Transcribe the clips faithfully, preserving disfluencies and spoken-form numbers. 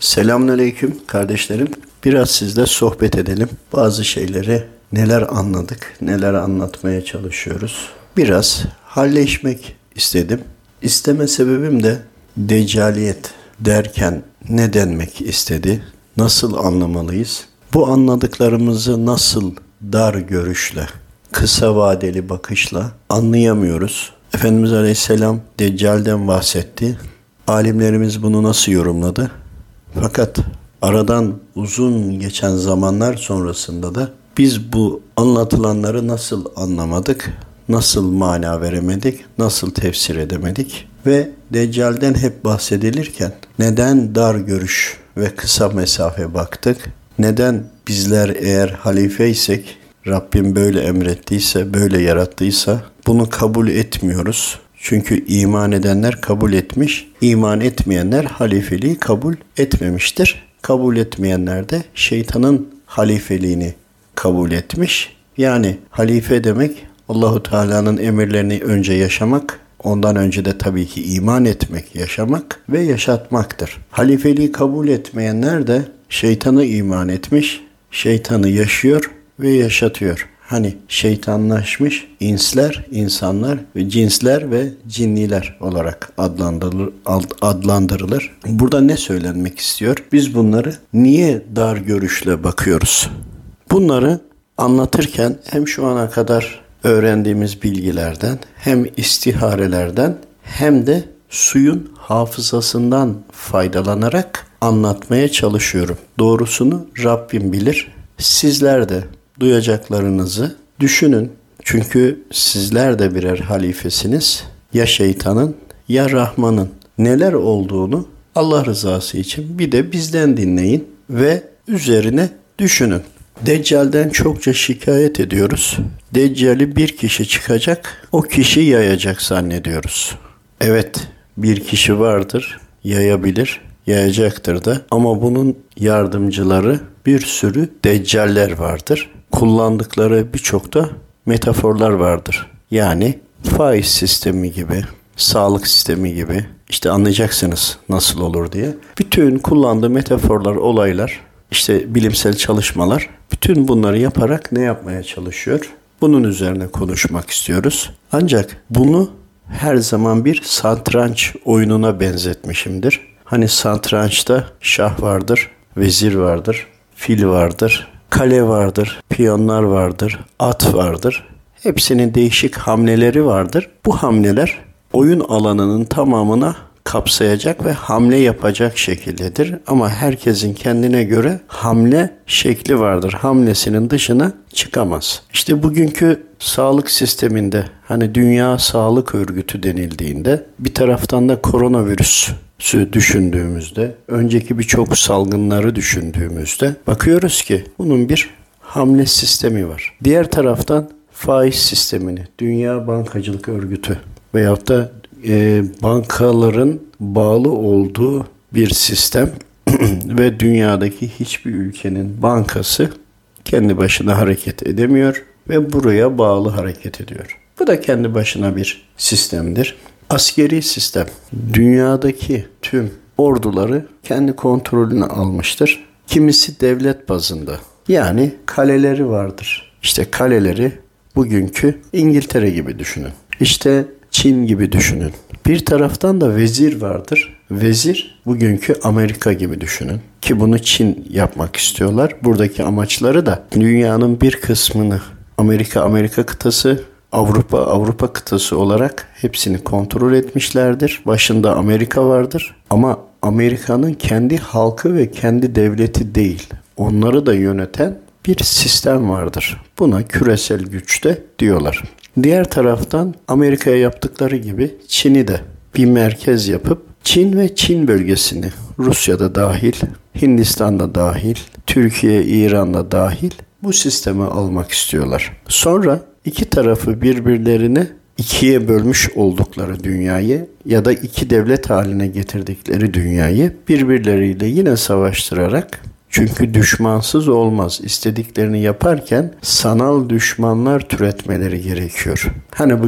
Selamünaleyküm kardeşlerim. Biraz sizle sohbet edelim. Bazı şeyleri neler anladık, neler anlatmaya çalışıyoruz. Biraz halleşmek istedim. İsteme sebebim de deccaliyet derken ne denmek istedi, nasıl anlamalıyız? Bu anladıklarımızı nasıl dar görüşle, kısa vadeli bakışla anlayamıyoruz? Efendimiz Aleyhisselam Deccal'den bahsetti. Alimlerimiz bunu nasıl yorumladı? Fakat aradan uzun geçen zamanlar sonrasında da biz bu anlatılanları nasıl anlamadık, nasıl mana veremedik, nasıl tefsir edemedik ve Deccal'den hep bahsedilirken neden dar görüş ve kısa mesafe baktık, neden bizler eğer halifeysek, Rabbim böyle emrettiyse, böyle yarattıysa bunu kabul etmiyoruz. Çünkü iman edenler kabul etmiş, iman etmeyenler halifeliği kabul etmemiştir. Kabul etmeyenler de şeytanın halifeliğini kabul etmiş. Yani halife demek Allahu Teala'nın emirlerini önce yaşamak, ondan önce de tabii ki iman etmek, yaşamak ve yaşatmaktır. Halifeliği kabul etmeyenler de şeytanı iman etmiş, şeytanı yaşıyor ve yaşatıyor. Hani şeytanlaşmış insler, insanlar ve cinsler ve cinniler olarak adlandırılır, adlandırılır. Burada ne söylenmek istiyor? Biz bunları niye dar görüşle bakıyoruz? Bunları anlatırken hem şu ana kadar öğrendiğimiz bilgilerden, hem istiharelerden, hem de suyun hafızasından faydalanarak anlatmaya çalışıyorum. Doğrusunu Rabbim bilir. Sizler de duyacaklarınızı düşünün. Çünkü sizler de birer halifesiniz. Ya şeytanın ya Rahman'ın neler olduğunu Allah rızası için bir de bizden dinleyin ve üzerine düşünün. Deccal'den çokça şikayet ediyoruz. Deccal'i bir kişi çıkacak, o kişi yayacak zannediyoruz. Evet, bir kişi vardır, yayabilir, yayacaktır da ama bunun yardımcıları bir sürü deccaller vardır. Kullandıkları birçok da metaforlar vardır. Yani faiz sistemi gibi, sağlık sistemi gibi, işte anlayacaksınız nasıl olur diye. Bütün kullandığı metaforlar, olaylar, işte bilimsel çalışmalar, bütün bunları yaparak ne yapmaya çalışıyor? Bunun üzerine konuşmak istiyoruz. Ancak bunu her zaman bir satranç oyununa benzetmişimdir. Hani satrançta şah vardır, vezir vardır, fil vardır, kale vardır, piyonlar vardır, at vardır. Hepsinin değişik hamleleri vardır. Bu hamleler oyun alanının tamamına kapsayacak ve hamle yapacak şekildedir. Ama herkesin kendine göre hamle şekli vardır. Hamlesinin dışına çıkamaz. İşte bugünkü sağlık sisteminde hani Dünya Sağlık Örgütü denildiğinde bir taraftan da koronavirüsü düşündüğümüzde, önceki birçok salgınları düşündüğümüzde bakıyoruz ki bunun bir hamle sistemi var. Diğer taraftan faiz sistemini, Dünya Bankacılık Örgütü veyahut da e, bankaların bağlı olduğu bir sistem ve dünyadaki hiçbir ülkenin bankası kendi başına hareket edemiyor ve buraya bağlı hareket ediyor. Bu da kendi başına bir sistemdir. Askeri sistem, dünyadaki tüm orduları kendi kontrolüne almıştır. Kimisi devlet bazında, yani kaleleri vardır. İşte kaleleri bugünkü İngiltere gibi düşünün. İşte Çin gibi düşünün. Bir taraftan da vezir vardır. Vezir bugünkü Amerika gibi düşünün. Ki bunu Çin yapmak istiyorlar. Buradaki amaçları da dünyanın bir kısmını Amerika, Amerika kıtası, Avrupa, Avrupa kıtası olarak hepsini kontrol etmişlerdir. Başında Amerika vardır. Ama Amerika'nın kendi halkı ve kendi devleti değil, onları da yöneten bir sistem vardır. Buna küresel güç de diyorlar. Diğer taraftan Amerika'ya yaptıkları gibi Çin'i de bir merkez yapıp Çin ve Çin bölgesini, Rusya'da dahil, Hindistan'da dahil, Türkiye, İran'da dahil bu sisteme almak istiyorlar. Sonra iki tarafı birbirlerine ikiye bölmüş oldukları dünyayı ya da iki devlet haline getirdikleri dünyayı birbirleriyle yine savaştırarak, çünkü düşmansız olmaz, İstediklerini yaparken sanal düşmanlar türetmeleri gerekiyor. Hani bugün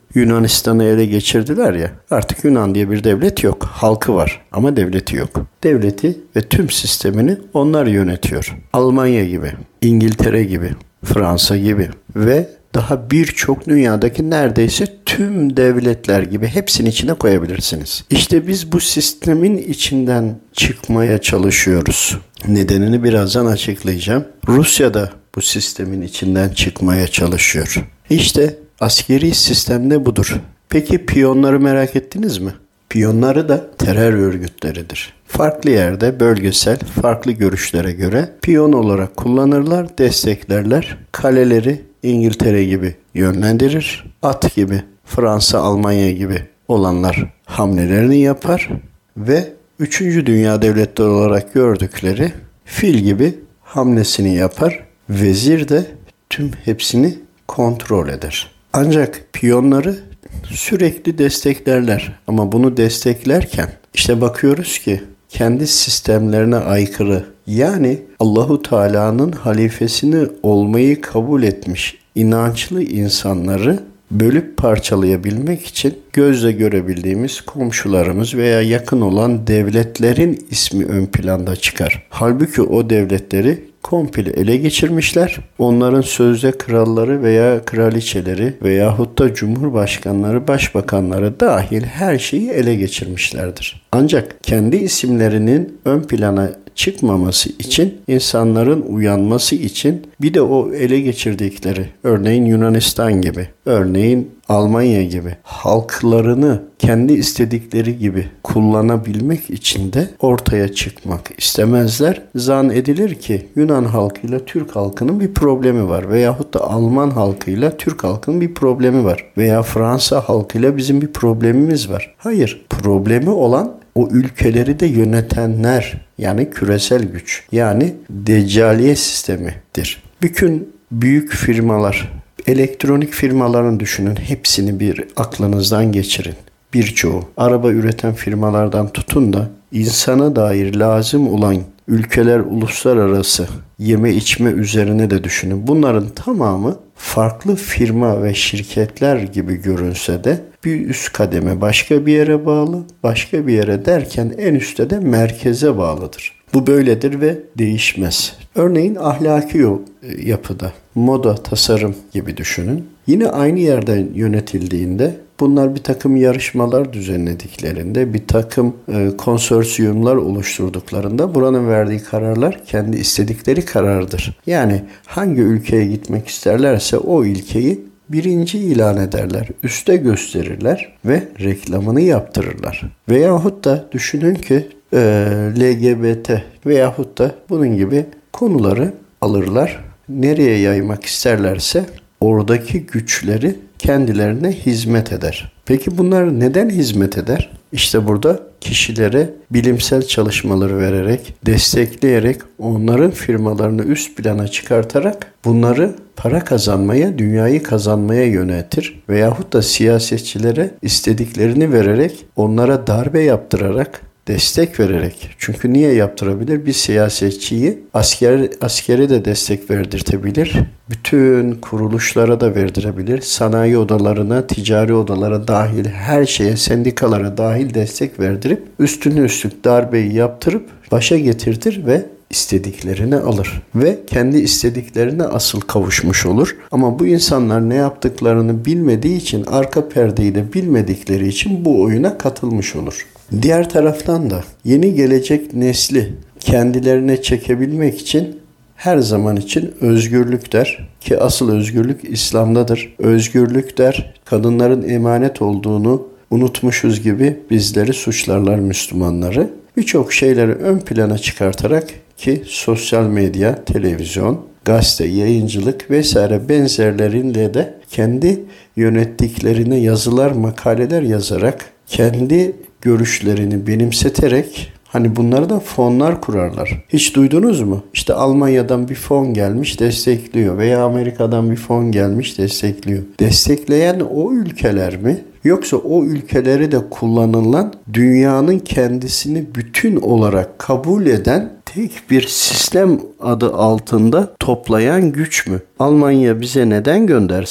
Yunanistan'ı ele geçirdiler ya, artık Yunan diye bir devlet yok. Halkı var ama devleti yok. Devleti ve tüm sistemini onlar yönetiyor. Almanya gibi, İngiltere gibi, Fransa gibi ve daha birçok dünyadaki neredeyse tüm devletler gibi hepsini içine koyabilirsiniz. İşte biz bu sistemin içinden çıkmaya çalışıyoruz. Nedenini birazdan açıklayacağım. Rusya da bu sistemin içinden çıkmaya çalışıyor. İşte askeri sistemde budur. Peki piyonları merak ettiniz mi? Piyonları da terör örgütleridir. Farklı yerde bölgesel, farklı görüşlere göre piyon olarak kullanırlar, desteklerler. Kaleleri İngiltere gibi yönlendirir. At gibi, Fransa, Almanya gibi olanlar hamlelerini yapar ve üçüncü dünya devletleri olarak gördükleri fil gibi hamlesini yapar. Vezir de tüm hepsini kontrol eder. Ancak piyonları sürekli desteklerler. Ama bunu desteklerken işte bakıyoruz ki kendi sistemlerine aykırı, yani Allahu Teala'nın halifesini olmayı kabul etmiş inançlı insanları bölüp parçalayabilmek için gözle görebildiğimiz komşularımız veya yakın olan devletlerin ismi ön planda çıkar. Halbuki o devletleri komple ele geçirmişler. Onların sözde kralları veya kraliçeleri veyahut da cumhurbaşkanları, başbakanları dahil her şeyi ele geçirmişlerdir. Ancak kendi isimlerinin ön plana çıkmaması için, insanların uyanması için bir de o ele geçirdikleri, örneğin Yunanistan gibi, örneğin Almanya gibi halklarını kendi istedikleri gibi kullanabilmek için de ortaya çıkmak istemezler. Zan edilir ki Yunan halkıyla Türk halkının bir problemi var veyahut da Alman halkıyla Türk halkının bir problemi var veya Fransa halkıyla bizim bir problemimiz var. Hayır, problemi olan o ülkeleri de yönetenler, yani küresel güç, yani deccaliye sistemidir. Bütün büyük firmalar, elektronik firmaların düşünün, hepsini bir aklınızdan geçirin. Birçoğu araba üreten firmalardan tutun da insana dair lazım olan ülkeler uluslararası yeme içme üzerine de düşünün. Bunların tamamı farklı firma ve şirketler gibi görünse de bir üst kademe başka bir yere bağlı, başka bir yere derken en üstte de merkeze bağlıdır. Bu böyledir ve değişmez. Örneğin ahlaki yapıda, moda, tasarım gibi düşünün. Yine aynı yerden yönetildiğinde bunlar bir takım yarışmalar düzenlediklerinde, bir takım e, konsorsiyumlar oluşturduklarında buranın verdiği kararlar kendi istedikleri karardır. Yani hangi ülkeye gitmek isterlerse o ülkeyi birinci ilan ederler, üste gösterirler ve reklamını yaptırırlar. Veyahut da düşünün ki e, L G B T veyahut da bunun gibi konuları alırlar. Nereye yaymak isterlerse oradaki güçleri kendilerine hizmet eder. Peki bunlar neden hizmet eder? İşte burada kişilere bilimsel çalışmaları vererek, destekleyerek, onların firmalarını üst plana çıkartarak bunları para kazanmaya, dünyayı kazanmaya yöneltir. Veyahut da siyasetçilere istediklerini vererek, onlara darbe yaptırarak, destek vererek. Çünkü niye yaptırabilir? Bir siyasetçiyi asker, askere de destek verdirtebilir. Bütün kuruluşlara da verdirebilir. Sanayi odalarına, ticari odalara dahil her şeye, sendikalara dahil destek verdirip üstüne üstlük darbeyi yaptırıp başa getirtir ve istediklerini alır. Ve kendi istediklerine asıl kavuşmuş olur. Ama bu insanlar ne yaptıklarını bilmediği için, arka perdeyi de bilmedikleri için bu oyuna katılmış olur. Diğer taraftan da yeni gelecek nesli kendilerine çekebilmek için her zaman için özgürlük der ki asıl özgürlük İslam'dadır. Özgürlük der, kadınların emanet olduğunu unutmuşuz gibi bizleri suçlarlar, Müslümanları. Birçok şeyleri ön plana çıkartarak ki sosyal medya, televizyon, gazete, yayıncılık vesaire benzerleriyle de kendi yönettiklerine yazılar, makaleler yazarak, kendi görüşlerini benimseterek, hani bunları da fonlar kurarlar. Hiç duydunuz mu? İşte Almanya'dan bir fon gelmiş destekliyor veya Amerika'dan bir fon gelmiş destekliyor. Destekleyen o ülkeler mi? Yoksa o ülkeleri de kullanılan, dünyanın kendisini bütün olarak kabul eden tek bir sistem adı altında toplayan güç mü? Almanya bize neden göndersin?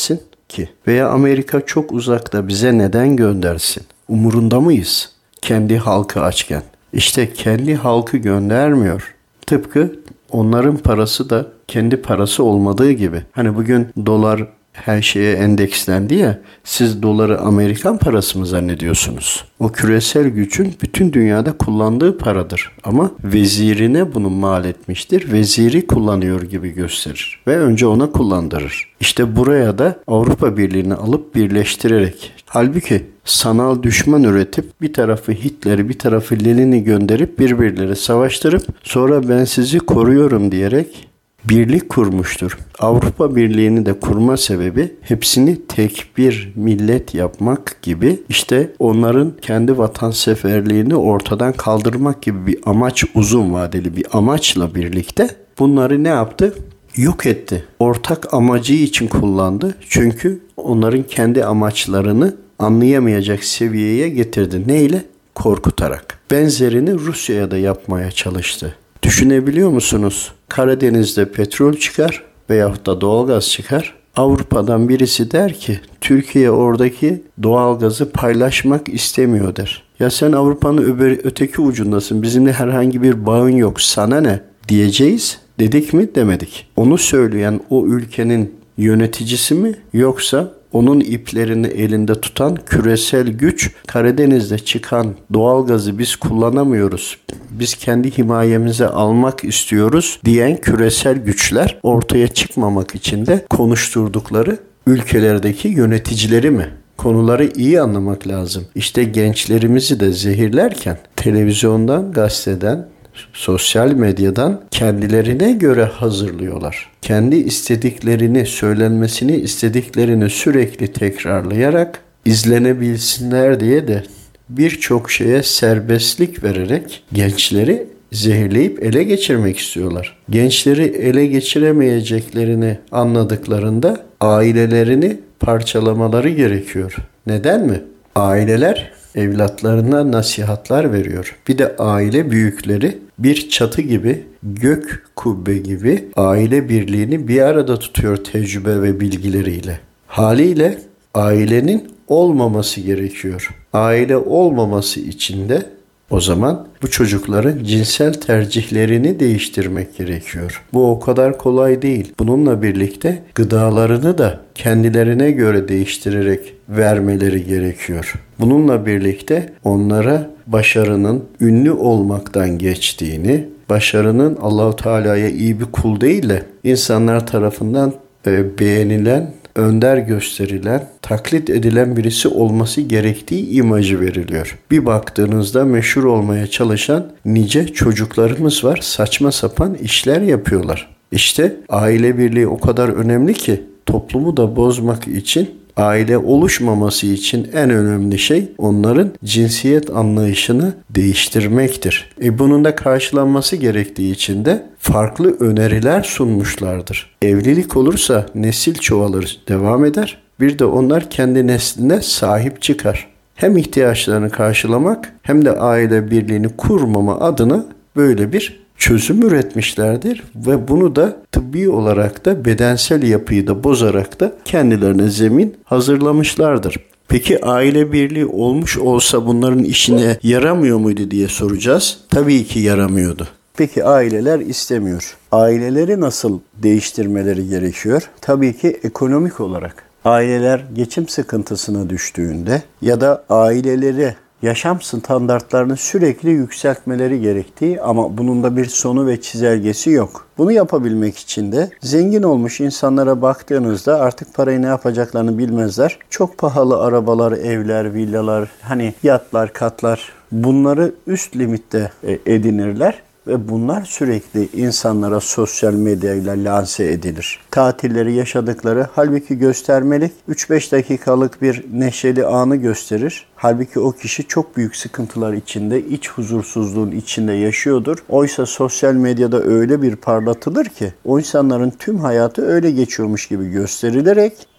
ki? Veya Amerika çok uzakta, bize neden göndersin? Umurunda mıyız? Kendi halkı açken. İşte kendi halkı göndermiyor. Tıpkı onların parası da kendi parası olmadığı gibi. Hani bugün dolar her şeye endekslendi ya, siz doları Amerikan parası mı zannediyorsunuz? O küresel gücün bütün dünyada kullandığı paradır. Ama vezirine bunu mal etmiştir. Veziri kullanıyor gibi gösterir ve önce ona kullandırır. İşte buraya da Avrupa Birliği'ni alıp birleştirerek, halbuki sanal düşman üretip bir tarafı Hitler'i bir tarafı Lenin'i gönderip birbirleri savaştırıp sonra ben sizi koruyorum diyerek birlik kurmuştur. Avrupa Birliği'ni de kurma sebebi hepsini tek bir millet yapmak gibi, işte onların kendi vatanseverliğini ortadan kaldırmak gibi bir amaç, uzun vadeli bir amaçla birlikte bunları ne yaptı? Yok etti. Ortak amacı için kullandı. Çünkü onların kendi amaçlarını anlayamayacak seviyeye getirdi. Neyle? Korkutarak. Benzerini Rusya'ya da yapmaya çalıştı. Düşünebiliyor musunuz? Karadeniz'de petrol çıkar veyahut da doğalgaz çıkar. Avrupa'dan birisi der ki Türkiye oradaki doğalgazı paylaşmak istemiyor der. Ya sen Avrupa'nın öbür, öteki ucundasın. Bizimle herhangi bir bağın yok. Sana ne? Diyeceğiz. Dedik mi? Demedik. Onu söyleyen o ülkenin yöneticisi mi? Yoksa onun iplerini elinde tutan küresel güç, Karadeniz'de çıkan doğalgazı biz kullanamıyoruz, biz kendi himayemize almak istiyoruz diyen küresel güçler, ortaya çıkmamak için de konuşturdukları ülkelerdeki yöneticileri mi? Konuları iyi anlamak lazım. İşte gençlerimizi de zehirlerken televizyondan, gazeteden, sosyal medyadan kendilerine göre hazırlıyorlar. Kendi istediklerini, söylenmesini istediklerini sürekli tekrarlayarak izlenebilsinler diye de birçok şeye serbestlik vererek gençleri zehirleyip ele geçirmek istiyorlar. Gençleri ele geçiremeyeceklerini anladıklarında ailelerini parçalamaları gerekiyor. Neden mi? Aileler evlatlarına nasihatler veriyor. Bir de aile büyükleri bir çatı gibi, gök kubbe gibi aile birliğini bir arada tutuyor tecrübe ve bilgileriyle. Haliyle ailenin olmaması gerekiyor. Aile olmaması için de o zaman bu çocukların cinsel tercihlerini değiştirmek gerekiyor. Bu o kadar kolay değil. Bununla birlikte gıdalarını da kendilerine göre değiştirerek vermeleri gerekiyor. Bununla birlikte onlara başarının ünlü olmaktan geçtiğini, başarının Allahu Teala'ya iyi bir kul değil de insanlar tarafından e, beğenilen, önder gösterilen, taklit edilen birisi olması gerektiği imajı veriliyor. Bir baktığınızda meşhur olmaya çalışan nice çocuklarımız var. Saçma sapan işler yapıyorlar. İşte aile birliği o kadar önemli ki toplumu da bozmak için, aile oluşmaması için en önemli şey onların cinsiyet anlayışını değiştirmektir. E bunun da karşılanması gerektiği için de farklı öneriler sunmuşlardır. Evlilik olursa nesil çoğalır, devam eder. Bir de onlar kendi nesline sahip çıkar. Hem ihtiyaçlarını karşılamak hem de aile birliğini kurmama adına böyle bir çözüm üretmişlerdir ve bunu da tıbbi olarak da bedensel yapıyı da bozarak da kendilerine zemin hazırlamışlardır. Peki aile birliği olmuş olsa bunların işine yaramıyor muydu diye soracağız. Tabii ki yaramıyordu. Peki aileler istemiyor. Aileleri nasıl değiştirmeleri gerekiyor? Tabii ki ekonomik olarak. Aileler geçim sıkıntısına düştüğünde ya da aileleri yaşam standartlarını sürekli yükseltmeleri gerektiği ama bunun da bir sonu ve çizelgesi yok. Bunu yapabilmek için de zengin olmuş insanlara baktığınızda artık parayı ne yapacaklarını bilmezler. Çok pahalı arabalar, evler, villalar, hani yatlar, katlar, bunları üst limitte edinirler. Ve bunlar sürekli insanlara sosyal medyayla lanse edilir. Tatilleri yaşadıkları halbuki göstermelik üç beş dakikalık bir neşeli anı gösterir. Halbuki o kişi çok büyük sıkıntılar içinde, iç huzursuzluğun içinde yaşıyordur. Oysa sosyal medyada öyle bir parlatılır ki o insanların tüm hayatı öyle geçiyormuş gibi gösterilerek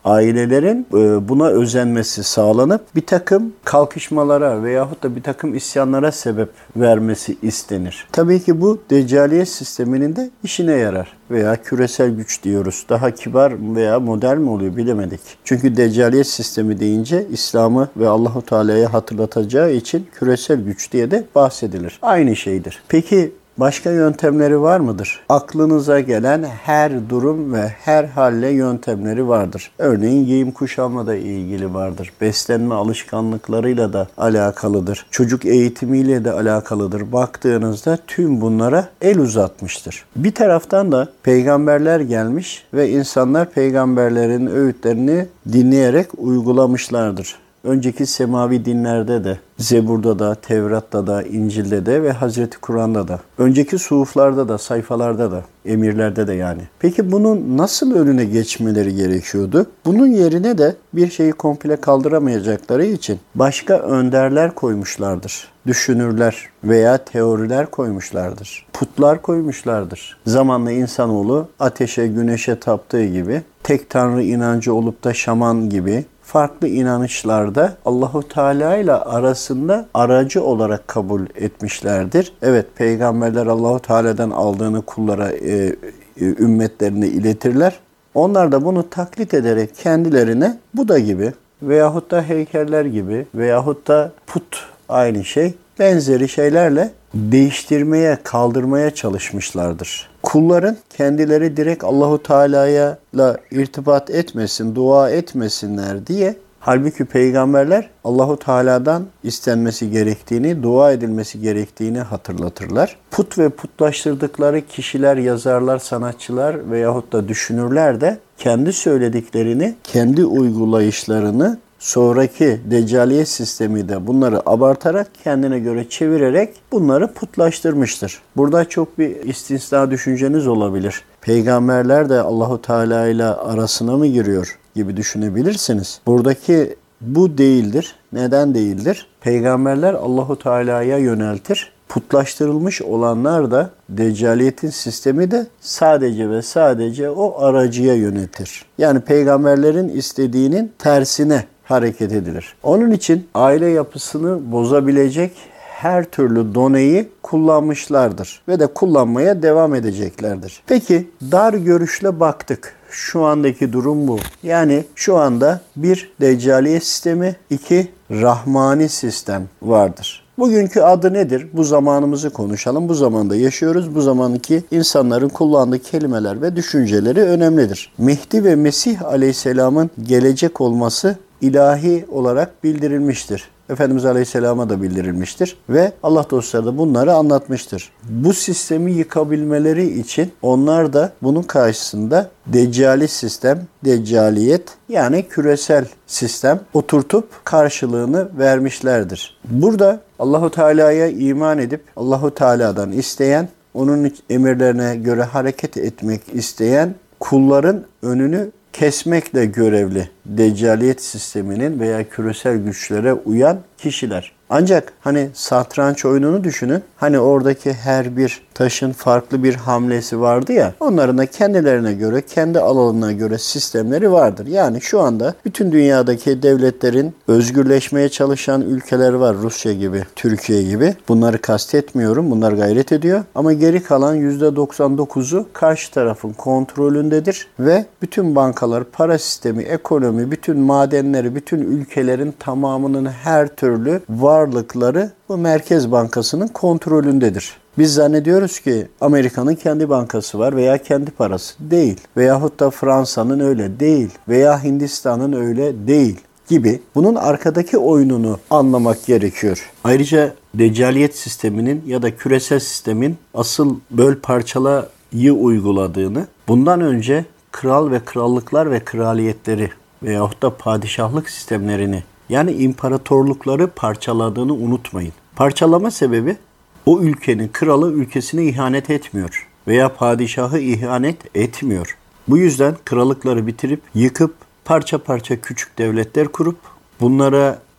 ailelerin buna özenmesi sağlanıp bir takım kalkışmalara veyahut da bir takım isyanlara sebep vermesi istenir. Tabii ki bu deccaliyet sisteminin de işine yarar veya küresel güç diyoruz. Daha kibar veya modern mi oluyor bilemedik. Çünkü deccaliyet sistemi deyince İslam'ı ve Allahu Teala'yı hatırlatacağı için küresel güç diye de bahsedilir. Aynı şeydir. Peki başka yöntemleri var mıdır? Aklınıza gelen her durum ve her halle yöntemleri vardır. Örneğin giyim kuşamla da ilgili vardır. Beslenme alışkanlıklarıyla da alakalıdır. Çocuk eğitimiyle de alakalıdır. Baktığınızda tüm bunlara el uzatmıştır. Bir taraftan da peygamberler gelmiş ve insanlar peygamberlerin öğütlerini dinleyerek uygulamışlardır. Önceki semavi dinlerde de, Zebur'da da, Tevrat'ta da, İncil'de de ve Hazreti Kur'an'da da, önceki suhuflarda da, sayfalarda da, emirlerde de yani. Peki bunun nasıl önüne geçmeleri gerekiyordu? Bunun yerine de bir şeyi komple kaldıramayacakları için başka önderler koymuşlardır. Düşünürler veya teoriler koymuşlardır. Putlar koymuşlardır. Zamanla insanoğlu ateşe, güneşe taptığı gibi, tek tanrı inancı olup da şaman gibi, farklı inanışlarda Allahu Teala ile arasında aracı olarak kabul etmişlerdir. Evet, peygamberler Allahu Teala'dan aldığını kullara, e, e, ümmetlerine iletirler. Onlar da bunu taklit ederek kendilerine Buda gibi veyahut da heykeller gibi veyahut da put aynı şey benzeri şeylerle değiştirmeye, kaldırmaya çalışmışlardır. Kulların kendileri direkt Allahu Teala'ya irtibat etmesin, dua etmesinler diye, halbuki peygamberler Allahu Teala'dan istenmesi gerektiğini, dua edilmesi gerektiğini hatırlatırlar. Put ve putlaştırdıkları kişiler, yazarlar, sanatçılar veyahut da düşünürler de kendi söylediklerini, kendi uygulayışlarını sonraki deccaliyet sistemi de bunları abartarak, kendine göre çevirerek bunları putlaştırmıştır. Burada çok bir istisna düşünceniz olabilir. Peygamberler de Allahu Teala ile arasına mı giriyor gibi düşünebilirsiniz. Buradaki bu değildir. Neden değildir? Peygamberler Allahu Teala'ya yöneltir. Putlaştırılmış olanlar da deccaliyetin sistemi de sadece ve sadece o aracıya yönetir. Yani peygamberlerin istediğinin tersine hareket edilir. Onun için aile yapısını bozabilecek her türlü doneyi kullanmışlardır ve de kullanmaya devam edeceklerdir. Peki dar görüşle baktık. Şu andaki durum bu. Yani şu anda bir deccaliye sistemi, iki rahmani sistem vardır. Bugünkü adı nedir? Bu zamanımızı konuşalım. Bu zamanda yaşıyoruz. Bu zamanki insanların kullandığı kelimeler ve düşünceleri önemlidir. Mehdi ve Mesih Aleyhisselam'ın gelecek olması ilahi olarak bildirilmiştir. Efendimiz Aleyhisselam'a da bildirilmiştir ve Allah dostları da bunları anlatmıştır. Bu sistemi yıkabilmeleri için onlar da bunun karşısında deccali sistem, deccaliyet yani küresel sistem oturtup karşılığını vermişlerdir. Burada Allahu Teala'ya iman edip Allahu Teala'dan isteyen, onun emirlerine göre hareket etmek isteyen kulların önünü kesmekle görevli deccaliyet sisteminin veya küresel güçlere uyan kişiler. Ancak hani satranç oyununu düşünün. Hani oradaki her bir taşın farklı bir hamlesi vardı ya. Onların da kendilerine göre, kendi alanına göre sistemleri vardır. Yani şu anda bütün dünyadaki devletlerin özgürleşmeye çalışan ülkeler var. Rusya gibi, Türkiye gibi. Bunları kastetmiyorum. Bunlar gayret ediyor. Ama geri kalan yüzde doksan dokuzu karşı tarafın kontrolündedir. Ve bütün bankalar, para sistemi, ekonomi, bütün madenleri, bütün ülkelerin tamamının her türlü varlıkları bu Merkez Bankası'nın kontrolündedir. Biz zannediyoruz ki Amerika'nın kendi bankası var veya kendi parası. Değil. Veyahut da Fransa'nın öyle değil. Veya Hindistan'ın öyle değil gibi. Bunun arkadaki oyununu anlamak gerekiyor. Ayrıca deccaliyet sisteminin ya da küresel sistemin asıl böl parçalayı uyguladığını, bundan önce kral ve krallıklar ve kraliyetleri veyahut da padişahlık sistemlerini yani imparatorlukları parçaladığını unutmayın. Parçalama sebebi o ülkenin kralı ülkesine ihanet etmiyor veya padişahı ihanet etmiyor. Bu yüzden krallıkları bitirip yıkıp parça parça küçük devletler kurup bunlara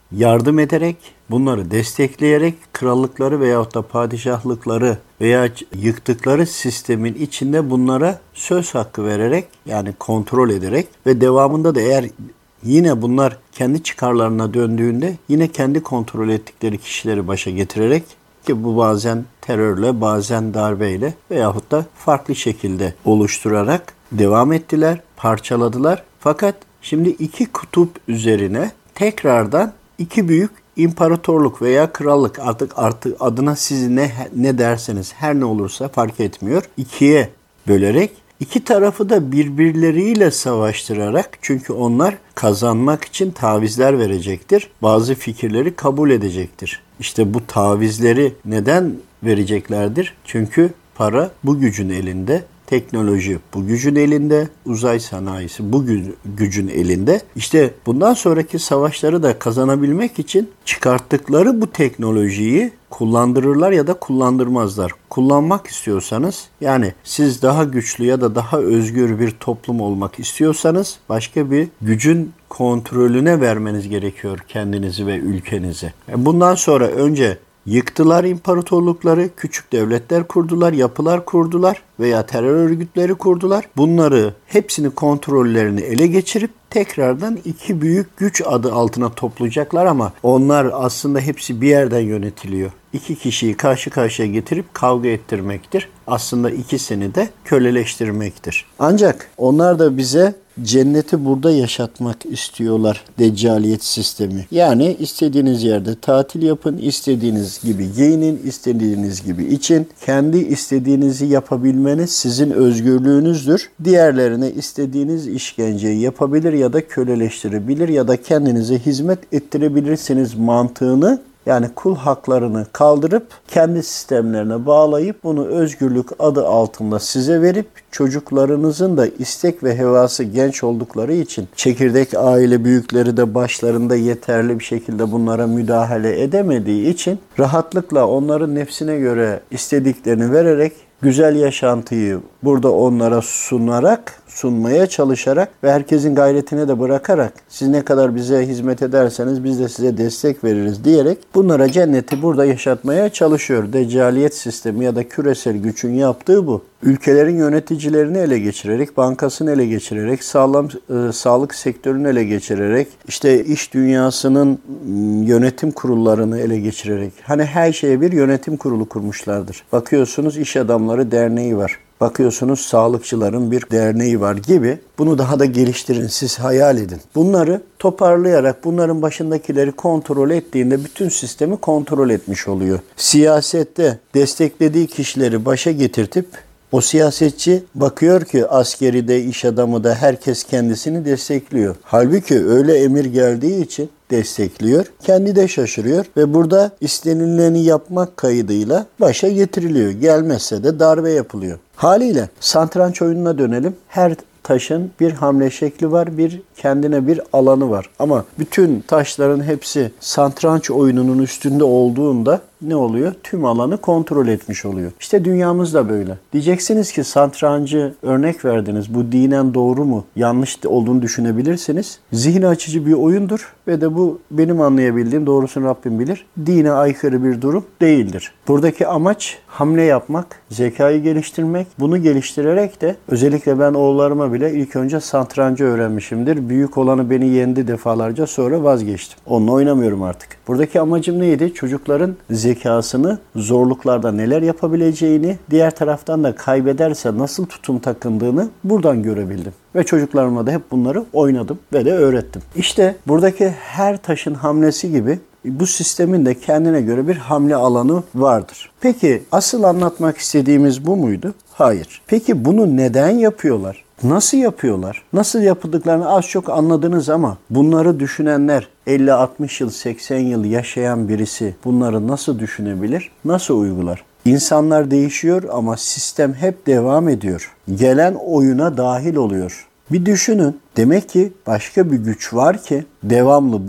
yardım ederek, bunları destekleyerek krallıkları veyahut da padişahlıkları veya yıktıkları sistemin içinde bunlara söz hakkı vererek, yani kontrol ederek ve devamında da eğer yine bunlar kendi çıkarlarına döndüğünde yine kendi kontrol ettikleri kişileri başa getirerek, ki bu bazen terörle, bazen darbeyle veyahut da farklı şekilde oluşturarak devam ettiler, parçaladılar. Fakat şimdi iki kutup üzerine tekrardan iki büyük imparatorluk veya krallık, artık artık adına siz ne ne derseniz, her ne olursa fark etmiyor, ikiye bölerek iki tarafı da birbirleriyle savaştırarak, çünkü onlar kazanmak için tavizler verecektir. Bazı fikirleri kabul edecektir. İşte bu tavizleri neden vereceklerdir? Çünkü para bu gücün elinde, teknoloji bu gücün elinde, uzay sanayisi bu gücün elinde. İşte bundan sonraki savaşları da kazanabilmek için çıkarttıkları bu teknolojiyi kullandırırlar ya da kullandırmazlar. Kullanmak istiyorsanız, yani siz daha güçlü ya da daha özgür bir toplum olmak istiyorsanız başka bir gücün kontrolüne vermeniz gerekiyor kendinizi ve ülkenizi. Bundan sonra önce yıktılar imparatorlukları, küçük devletler kurdular, yapılar kurdular veya terör örgütleri kurdular. Bunları hepsini kontrollerini ele geçirip tekrardan iki büyük güç adı altına toplayacaklar ama onlar aslında hepsi bir yerden yönetiliyor. İki kişiyi karşı karşıya getirip kavga ettirmektir. Aslında ikisini de köleleştirmektir. Ancak onlar da bize cenneti burada yaşatmak istiyorlar, deccaliyet sistemi. Yani istediğiniz yerde tatil yapın, istediğiniz gibi giyinin, istediğiniz gibi için. Kendi istediğinizi yapabilmeniz sizin özgürlüğünüzdür. Diğerlerine istediğiniz işkenceyi yapabilir ya da köleleştirebilir ya da kendinize hizmet ettirebilirsiniz mantığını, yani kul haklarını kaldırıp kendi sistemlerine bağlayıp bunu özgürlük adı altında size verip çocuklarınızın da istek ve hevası genç oldukları için çekirdek aile büyükleri de başlarında yeterli bir şekilde bunlara müdahale edemediği için rahatlıkla onların nefsine göre istediklerini vererek güzel yaşantıyı burada onlara sunarak, sunmaya çalışarak ve herkesin gayretine de bırakarak siz ne kadar bize hizmet ederseniz biz de size destek veririz diyerek bunlara cenneti burada yaşatmaya çalışıyor. Deccaliyet sistemi ya da küresel gücün yaptığı bu. Ülkelerin yöneticilerini ele geçirerek, bankasını ele geçirerek, sağlam e, sağlık sektörünü ele geçirerek, işte iş dünyasının yönetim kurullarını ele geçirerek, hani her şeye bir yönetim kurulu kurmuşlardır. Bakıyorsunuz iş adamları derneği var. Bakıyorsunuz sağlıkçıların bir derneği var gibi. Bunu daha da geliştirin, siz hayal edin. Bunları toparlayarak bunların başındakileri kontrol ettiğinde bütün sistemi kontrol etmiş oluyor. Siyasette desteklediği kişileri başa getirtip o siyasetçi bakıyor ki askeri de iş adamı da herkes kendisini destekliyor. Halbuki öyle emir geldiği için destekliyor. Kendi de şaşırıyor ve burada istenileni yapmak kaydıyla başa getiriliyor. Gelmezse de darbe yapılıyor. Haliyle satranç oyununa dönelim. Her taşın bir hamle şekli var, bir kendine bir alanı var. Ama bütün taşların hepsi satranç oyununun üstünde olduğunda ne oluyor? Tüm alanı kontrol etmiş oluyor. İşte dünyamız da böyle. Diyeceksiniz ki satrancı örnek verdiniz. Bu dinen doğru mu? Yanlış olduğunu düşünebilirsiniz. Zihin açıcı bir oyundur ve de bu benim anlayabildiğim, doğrusunu Rabbim bilir, dine aykırı bir durum değildir. Buradaki amaç hamle yapmak, zekayı geliştirmek. Bunu geliştirerek de özellikle ben oğullarıma bile ilk önce satrancı öğrenmişimdir. Büyük olanı beni yendi defalarca, sonra vazgeçtim. Onunla oynamıyorum artık. Buradaki amacım neydi? Çocukların zekasını, zorluklarda neler yapabileceğini, diğer taraftan da kaybederse nasıl tutum takındığını buradan görebildim. Ve çocuklarıma da hep bunları oynadım ve de öğrettim. İşte buradaki her taşın hamlesi gibi bu sistemin de kendine göre bir hamle alanı vardır. Peki asıl anlatmak istediğimiz bu muydu? Hayır. Peki bunu neden yapıyorlar? Nasıl yapıyorlar? Nasıl yapıldıklarını az çok anladınız ama bunları düşünenler, elli altmış yıl, seksen yıl yaşayan birisi bunları nasıl düşünebilir? Nasıl uygular? İnsanlar değişiyor ama sistem hep devam ediyor. Gelen oyuna dahil oluyor. Bir düşünün. Demek ki başka bir güç var ki devamlı bunu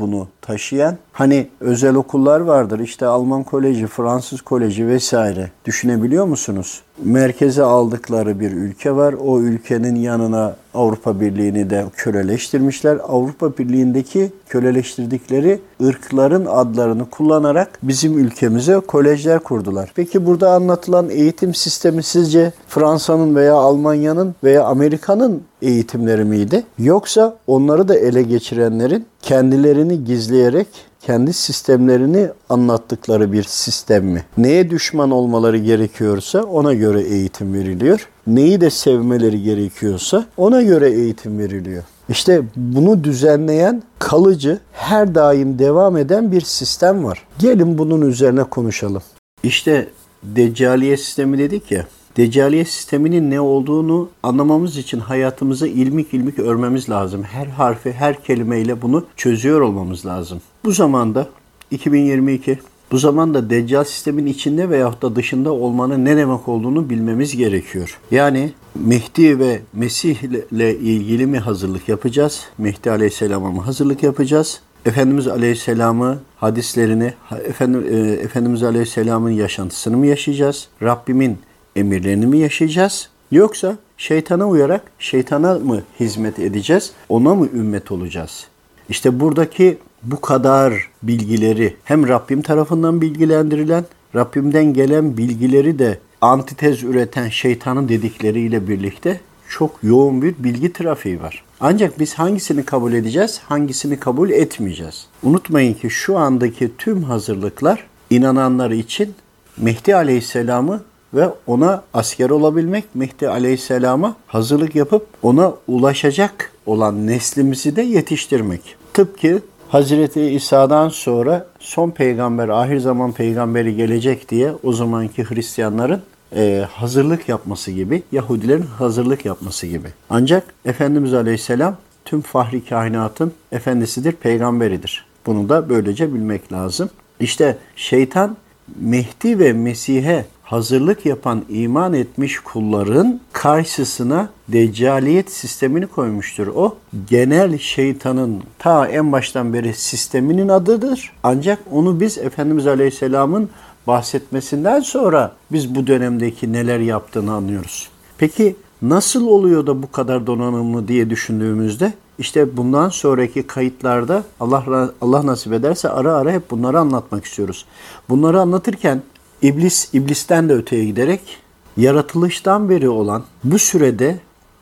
taşıyan, hani özel okullar vardır, işte Alman koleji, Fransız koleji vesaire, düşünebiliyor musunuz? Merkeze aldıkları bir ülke var. O ülkenin yanına Avrupa Birliği'ni de köleleştirmişler. Avrupa Birliği'ndeki köleleştirdikleri ırkların adlarını kullanarak bizim ülkemize kolejler kurdular. Peki burada anlatılan eğitim sistemi sizce Fransa'nın veya Almanya'nın veya Amerika'nın eğitimleri miydi? Yoksa onları da ele geçirenlerin kendilerini gizleyerek kendi sistemlerini anlattıkları bir sistem mi? Neye düşman olmaları gerekiyorsa ona göre eğitim veriliyor. Neyi de sevmeleri gerekiyorsa ona göre eğitim veriliyor. İşte bunu düzenleyen, kalıcı, her daim devam eden bir sistem var. Gelin bunun üzerine konuşalım. İşte Deccaliye sistemi dedik ya. Deccaliye sisteminin ne olduğunu anlamamız için hayatımıza ilmik ilmik örmemiz lazım. Her harfi, her kelimeyle bunu çözüyor olmamız lazım. Bu zamanda iki bin yirmi iki, bu zamanda Deccal sistemin içinde veyahut da dışında olmanın ne demek olduğunu bilmemiz gerekiyor. Yani Mehdi ve Mesih ile ilgili mi hazırlık yapacağız? Mehdi Aleyhisselam'a mı hazırlık yapacağız? Efendimiz Aleyhisselam'ı, hadislerini, Efendim, e, Efendimiz Aleyhisselam'ın yaşantısını mı yaşayacağız? Rabbimin emirlerini mi yaşayacağız? Yoksa şeytana uyarak şeytana mı hizmet edeceğiz? Ona mı ümmet olacağız? İşte buradaki bu kadar bilgileri hem Rabbim tarafından bilgilendirilen, Rabbimden gelen bilgileri de antitez üreten şeytanın dedikleriyle birlikte çok yoğun bir bilgi trafiği var. Ancak biz hangisini kabul edeceğiz, hangisini kabul etmeyeceğiz? Unutmayın ki şu andaki tüm hazırlıklar inananlar için Mehdi Aleyhisselam'ı ve ona asker olabilmek, Mehdi Aleyhisselam'a hazırlık yapıp ona ulaşacak olan neslimizi de yetiştirmek. Tıpkı Hazreti İsa'dan sonra son peygamber, ahir zaman peygamberi gelecek diye o zamanki Hristiyanların e, hazırlık yapması gibi, Yahudilerin hazırlık yapması gibi. Ancak Efendimiz Aleyhisselam tüm fahri kainatın efendisidir, peygamberidir. Bunu da böylece bilmek lazım. İşte şeytan Mehdi ve Mesih'e hazırlık yapan, iman etmiş kulların karşısına deccaliyet sistemini koymuştur. O genel şeytanın ta en baştan beri sisteminin adıdır. Ancak onu biz Efendimiz Aleyhisselam'ın bahsetmesinden sonra biz bu dönemdeki neler yaptığını anlıyoruz. Peki nasıl oluyor da bu kadar donanımlı diye düşündüğümüzde işte bundan sonraki kayıtlarda Allah Allah nasip ederse ara ara hep bunları anlatmak istiyoruz. Bunları anlatırken İblis, iblisten de öteye giderek yaratılıştan beri olan bu sürede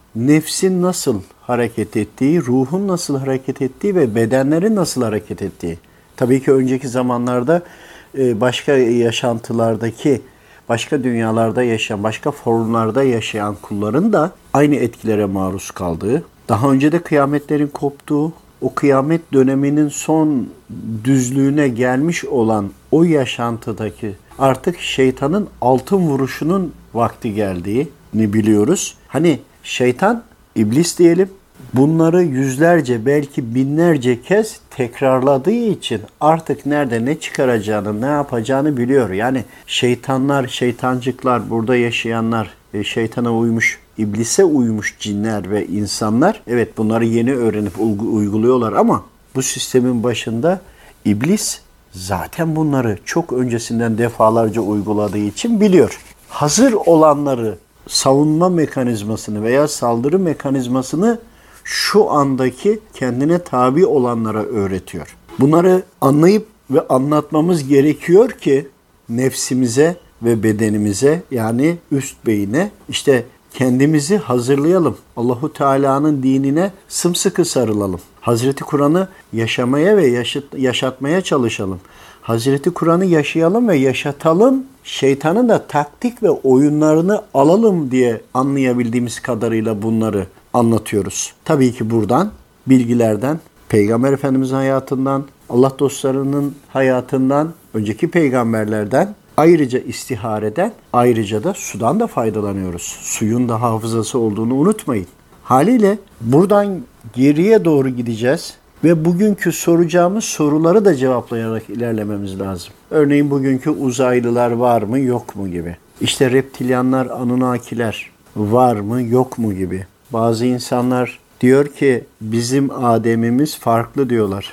nefsin nasıl hareket ettiği, ruhun nasıl hareket ettiği ve bedenlerin nasıl hareket ettiği. Tabii ki önceki zamanlarda başka yaşantılardaki, başka dünyalarda yaşayan, başka formlarda yaşayan kulların da aynı etkilere maruz kaldığı, daha önce de kıyametlerin koptuğu, o kıyamet döneminin son düzlüğüne gelmiş olan o yaşantıdaki artık şeytanın altın vuruşunun vakti geldiğini biliyoruz. Hani şeytan, iblis diyelim, bunları yüzlerce belki binlerce kez tekrarladığı için artık nerede ne çıkaracağını, ne yapacağını biliyor. Yani şeytanlar, şeytancıklar, burada yaşayanlar, şeytana uymuş, iblise uymuş cinler ve insanlar, evet bunları yeni öğrenip uyguluyorlar ama bu sistemin başında iblis zaten bunları çok öncesinden defalarca uyguladığı için biliyor. Hazır olanları, savunma mekanizmasını veya saldırı mekanizmasını şu andaki kendine tabi olanlara öğretiyor. Bunları anlayıp ve anlatmamız gerekiyor ki nefsimize ve bedenimize, yani üst beyine işte kendimizi hazırlayalım. Allahu Teala'nın dinine sımsıkı sarılalım. Hazreti Kur'an'ı yaşamaya ve yaşat, yaşatmaya çalışalım. Hazreti Kur'an'ı yaşayalım ve yaşatalım. Şeytanın da taktik ve oyunlarını alalım diye anlayabildiğimiz kadarıyla bunları anlatıyoruz. Tabii ki buradan, bilgilerden, Peygamber Efendimiz'in hayatından, Allah dostlarının hayatından, önceki peygamberlerden, ayrıca istihareden, ayrıca da sudan da faydalanıyoruz. Suyun da hafızası olduğunu unutmayın. Haliyle buradan geriye doğru gideceğiz ve bugünkü soracağımız soruları da cevaplayarak ilerlememiz lazım. Örneğin bugünkü uzaylılar var mı yok mu gibi. İşte reptilyanlar, Anunnakiler var mı yok mu gibi. Bazı insanlar diyor ki bizim Adem'imiz farklı diyorlar.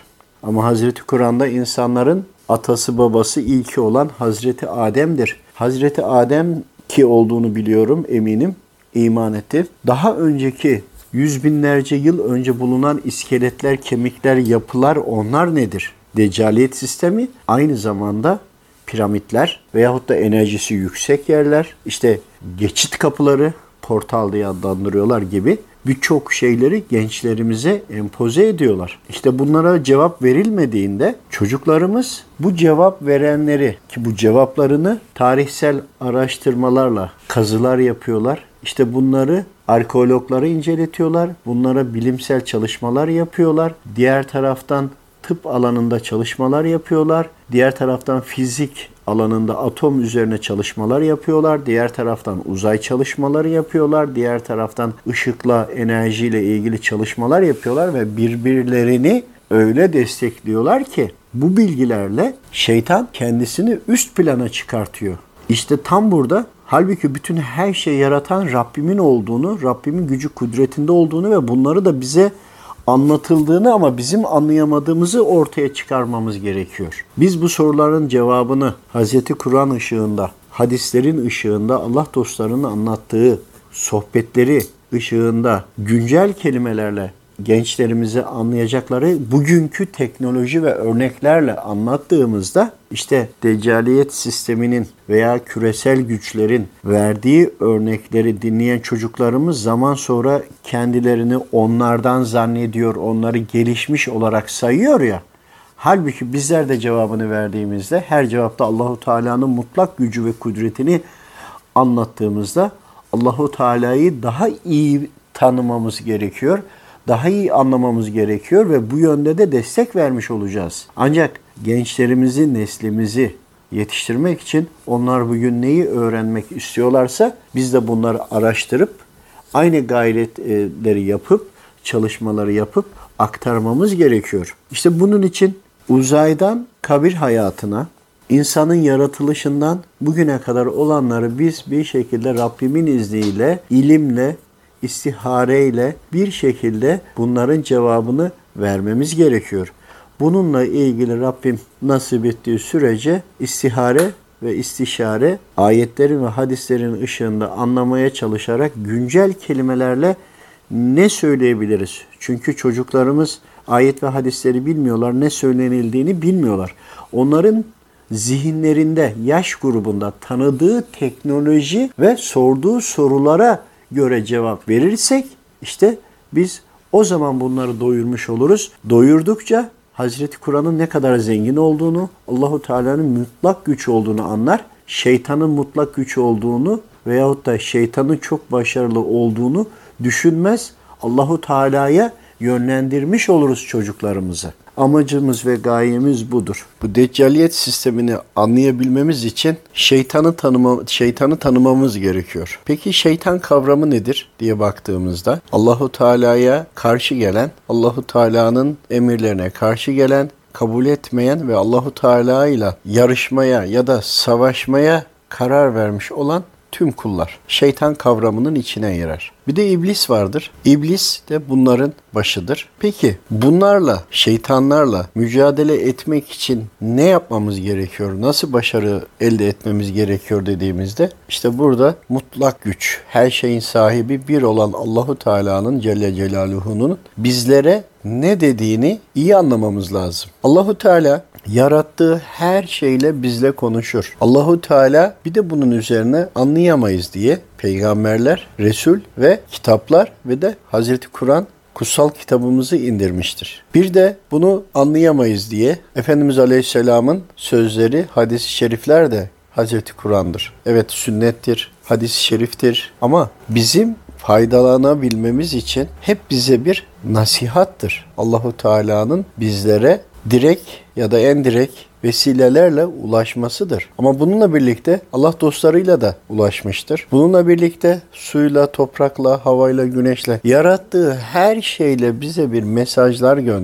Ama Hazreti Kur'an'da insanların atası babası ilki olan Hazreti Adem'dir. Hazreti Adem ki olduğunu biliyorum, eminim, iman etti. Daha önceki yüz binlerce yıl önce bulunan iskeletler, kemikler, yapılar, onlar nedir? Deccaliyet sistemi aynı zamanda piramitler veyahut da enerjisi yüksek yerler, işte geçit kapıları, portal diye adlandırıyorlar gibi birçok şeyleri gençlerimize empoze ediyorlar. İşte bunlara cevap verilmediğinde çocuklarımız bu cevap verenleri, ki bu cevaplarını tarihsel araştırmalarla kazılar yapıyorlar. İşte bunları arkeologları inceletiyorlar. Bunlara bilimsel çalışmalar yapıyorlar. Diğer taraftan tıp alanında çalışmalar yapıyorlar. Diğer taraftan fizik alanında atom üzerine çalışmalar yapıyorlar. Diğer taraftan uzay çalışmaları yapıyorlar. Diğer taraftan ışıkla, enerjiyle ilgili çalışmalar yapıyorlar ve birbirlerini öyle destekliyorlar ki bu bilgilerle şeytan kendisini üst plana çıkartıyor. İşte tam burada halbuki bütün her şeyi yaratan Rabbimin olduğunu, Rabbimin gücü kudretinde olduğunu ve bunları da bize anlatıldığını ama bizim anlayamadığımızı ortaya çıkarmamız gerekiyor. Biz bu soruların cevabını Hazreti Kur'an ışığında, hadislerin ışığında, Allah dostlarının anlattığı sohbetleri ışığında, güncel kelimelerle gençlerimize anlayacakları bugünkü teknoloji ve örneklerle anlattığımızda işte deccaliyet sisteminin veya küresel güçlerin verdiği örnekleri dinleyen çocuklarımız zaman sonra kendilerini onlardan zannediyor, onları gelişmiş olarak sayıyor ya. Halbuki bizler de cevabını verdiğimizde her cevapta Allahu Teala'nın mutlak gücü ve kudretini anlattığımızda Allahu Teala'yı daha iyi tanımamız gerekiyor. Daha iyi anlamamız gerekiyor ve bu yönde de destek vermiş olacağız. Ancak gençlerimizi, neslimizi yetiştirmek için onlar bugün neyi öğrenmek istiyorlarsa biz de bunları araştırıp aynı gayretleri yapıp, çalışmaları yapıp aktarmamız gerekiyor. İşte bunun için uzaydan kabir hayatına, insanın yaratılışından bugüne kadar olanları biz bir şekilde Rabbimin izniyle, ilimle, istihareyle bir şekilde bunların cevabını vermemiz gerekiyor. Bununla ilgili Rabbim nasip ettiği sürece istihare ve istişare ayetlerin ve hadislerin ışığında anlamaya çalışarak güncel kelimelerle ne söyleyebiliriz? Çünkü çocuklarımız ayet ve hadisleri bilmiyorlar, ne söylenildiğini bilmiyorlar. Onların zihinlerinde, yaş grubunda tanıdığı teknoloji ve sorduğu sorulara göre cevap verirsek işte biz o zaman bunları doyurmuş oluruz. Doyurdukça Hazreti Kur'an'ın ne kadar zengin olduğunu, Allahu Teala'nın mutlak güç olduğunu anlar. Şeytanın mutlak güç olduğunu veyahut da şeytanın çok başarılı olduğunu düşünmez. Allahu Teala'ya yönlendirmiş oluruz çocuklarımızı. Amacımız ve gayemiz budur. Bu deccaliyet sistemini anlayabilmemiz için şeytanı tanıma, şeytanı tanımamız gerekiyor. Peki şeytan kavramı nedir diye baktığımızda Allahu Teala'ya karşı gelen, Allahu Teala'nın emirlerine karşı gelen, kabul etmeyen ve Allahu Teala ile yarışmaya ya da savaşmaya karar vermiş olan tüm kullar şeytan kavramının içine girer. Bir de iblis vardır. İblis de bunların başıdır. Peki bunlarla, şeytanlarla mücadele etmek için ne yapmamız gerekiyor? Nasıl başarı elde etmemiz gerekiyor dediğimizde işte burada mutlak güç, her şeyin sahibi bir olan Allahu Teala'nın Celle Celaluhu'nun bizlere ne dediğini iyi anlamamız lazım. Allahu Teala yarattığı her şeyle bizle konuşur. Allahu Teala bir de bunun üzerine anlayamayız diye peygamberler, Resul ve kitaplar ve de Hazreti Kur'an kutsal kitabımızı indirmiştir. Bir de bunu anlayamayız diye Efendimiz Aleyhisselam'ın sözleri, hadis-i şerifler de Hazreti Kur'an'dır. Evet, sünnettir, hadis-i şeriftir ama bizim faydalanabilmemiz için hep bize bir nasihattır. Allahu Teala'nın bizlere direkt ya da endirekt vesilelerle ulaşmasıdır. Ama bununla birlikte Allah dostlarıyla da ulaşmıştır. Bununla birlikte suyla, toprakla, havayla, güneşle yarattığı her şeyle bize bir mesajlar gönderir.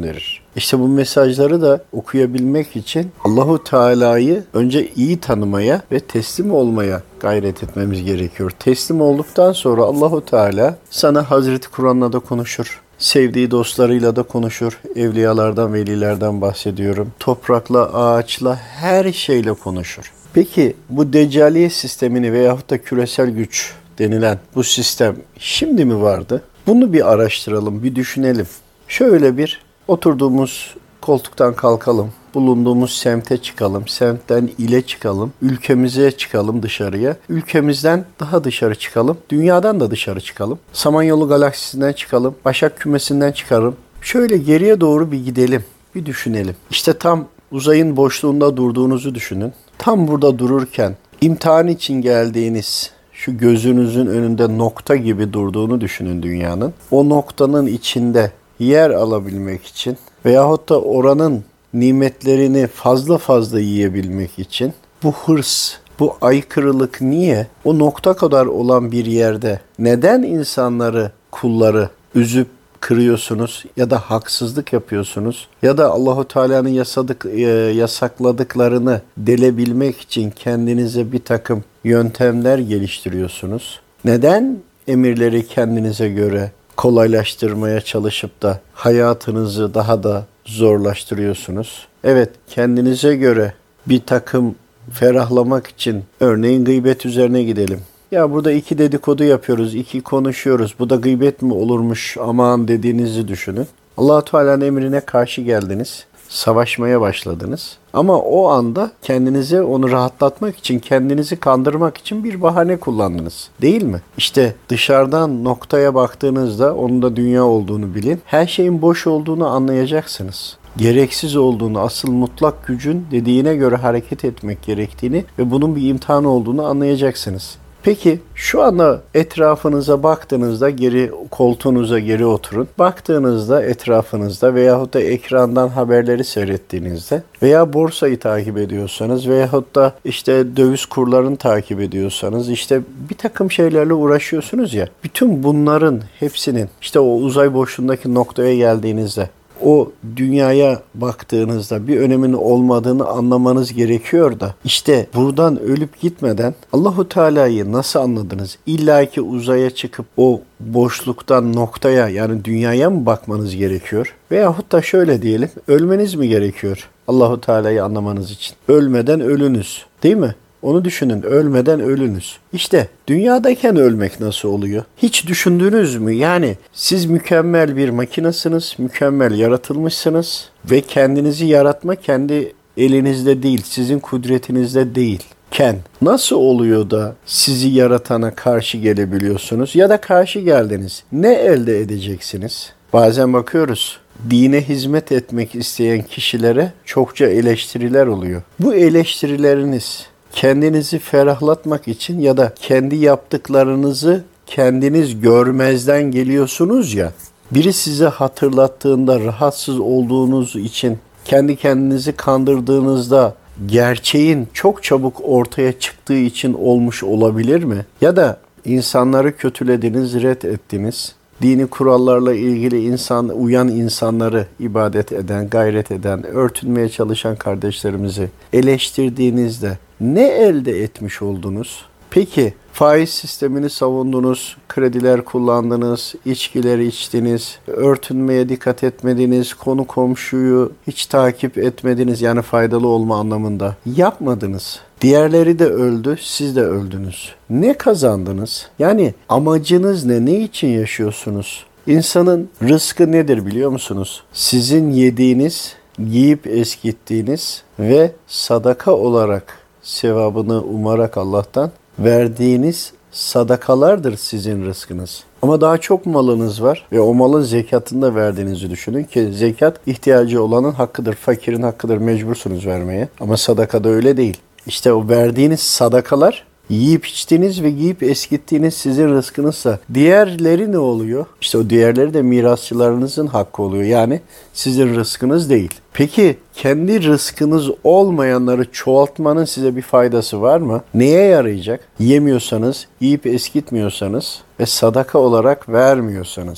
İşte bu mesajları da okuyabilmek için Allahu Teala'yı önce iyi tanımaya ve teslim olmaya gayret etmemiz gerekiyor. Teslim olduktan sonra Allahu Teala sana Hazreti Kur'an'la da konuşur. Sevdiği dostlarıyla da konuşur. Evliyalardan, velilerden bahsediyorum. Toprakla, ağaçla, her şeyle konuşur. Peki bu Deccaliye sistemini veyahut da küresel güç denilen bu sistem şimdi mi vardı? Bunu bir araştıralım, bir düşünelim. Şöyle bir oturduğumuz koltuktan kalkalım. Bulunduğumuz semte çıkalım, semtten ile çıkalım, ülkemize çıkalım dışarıya, ülkemizden daha dışarı çıkalım, dünyadan da dışarı çıkalım, Samanyolu galaksisinden çıkalım, Başak kümesinden çıkalım. Şöyle geriye doğru bir gidelim, bir düşünelim. İşte tam uzayın boşluğunda durduğunuzu düşünün. Tam burada dururken imtihan için geldiğiniz şu gözünüzün önünde nokta gibi durduğunu düşünün dünyanın. O noktanın içinde yer alabilmek için veyahut da oranın nimetlerini fazla fazla yiyebilmek için bu hırs, bu aykırılık niye? O nokta kadar olan bir yerde neden insanları, kulları üzüp kırıyorsunuz ya da haksızlık yapıyorsunuz ya da Allahu Teala'nın yasadık, e, yasakladıklarını delebilmek için kendinize bir takım yöntemler geliştiriyorsunuz? Neden emirleri kendinize göre kolaylaştırmaya çalışıp da hayatınızı daha da zorlaştırıyorsunuz? Evet, kendinize göre bir takım ferahlamak için örneğin gıybet üzerine gidelim. Ya burada iki dedikodu yapıyoruz, iki konuşuyoruz. Bu da gıybet mi olurmuş aman dediğinizi düşünün. Allah-u Teala'nın emrine karşı geldiniz. Savaşmaya başladınız. Ama o anda kendinize onu rahatlatmak için, kendinizi kandırmak için bir bahane kullandınız. Değil mi? İşte dışarıdan noktaya baktığınızda onun da dünya olduğunu bilin. Her şeyin boş olduğunu anlayacaksınız. Gereksiz olduğunu, asıl mutlak gücün dediğine göre hareket etmek gerektiğini ve bunun bir imtihan olduğunu anlayacaksınız. Peki şu anda etrafınıza baktığınızda geri koltuğunuza geri oturun. Baktığınızda etrafınızda veyahut da ekrandan haberleri seyrettiğinizde veya borsayı takip ediyorsanız veyahut da işte döviz kurlarını takip ediyorsanız işte bir takım şeylerle uğraşıyorsunuz ya. Bütün bunların hepsinin işte o uzay boşluğundaki noktaya geldiğinizde o dünyaya baktığınızda bir öneminin olmadığını anlamanız gerekiyor da işte buradan ölüp gitmeden Allahu Teala'yı nasıl anladınız? İlla ki uzaya çıkıp o boşluktan noktaya yani dünyaya mı bakmanız gerekiyor? Veyahut da şöyle diyelim, ölmeniz mi gerekiyor Allahu Teala'yı anlamanız için? Ölmeden ölünüz, değil mi? Onu düşünün, ölmeden ölünüz. İşte dünyadayken ölmek nasıl oluyor? Hiç düşündünüz mü? Yani siz mükemmel bir makinasınız, mükemmel yaratılmışsınız ve kendinizi yaratma kendi elinizde değil, sizin kudretinizde değil. Ken nasıl oluyor da sizi yaratana karşı gelebiliyorsunuz ya da karşı geldiniz? Ne elde edeceksiniz? Bazen bakıyoruz. Dine hizmet etmek isteyen kişilere çokça eleştiriler oluyor. Bu eleştirileriniz kendinizi ferahlatmak için ya da kendi yaptıklarınızı kendiniz görmezden geliyorsunuz ya, biri size hatırlattığında rahatsız olduğunuz için, kendi kendinizi kandırdığınızda gerçeğin çok çabuk ortaya çıktığı için olmuş olabilir mi? Ya da insanları kötülediniz, ret ettiniz. Dini kurallarla ilgili insan, uyan insanları ibadet eden, gayret eden, örtünmeye çalışan kardeşlerimizi eleştirdiğinizde ne elde etmiş oldunuz? Peki faiz sistemini savundunuz, krediler kullandınız, içkileri içtiniz, örtünmeye dikkat etmediniz, konu komşuyu hiç takip etmediniz yani faydalı olma anlamında. Yapmadınız. Diğerleri de öldü, siz de öldünüz. Ne kazandınız? Yani amacınız ne? Ne için yaşıyorsunuz? İnsanın rızkı nedir biliyor musunuz? Sizin yediğiniz, giyip eskittiğiniz ve sadaka olarak sevabını umarak Allah'tan verdiğiniz sadakalardır sizin rızkınız. Ama daha çok malınız var ve o malın zekatını da verdiğinizi düşünün ki zekat ihtiyacı olanın hakkıdır, fakirin hakkıdır, mecbursunuz vermeye. Ama sadakada öyle değil. İşte o verdiğiniz sadakalar yiyip içtiğiniz ve giyip eskittiğiniz sizin rızkınızsa diğerleri ne oluyor? İşte o diğerleri de mirasçılarınızın hakkı oluyor. Yani sizin rızkınız değil. Peki kendi rızkınız olmayanları çoğaltmanın size bir faydası var mı? Neye yarayacak? Yemiyorsanız, yiyip eskitmiyorsanız ve sadaka olarak vermiyorsanız.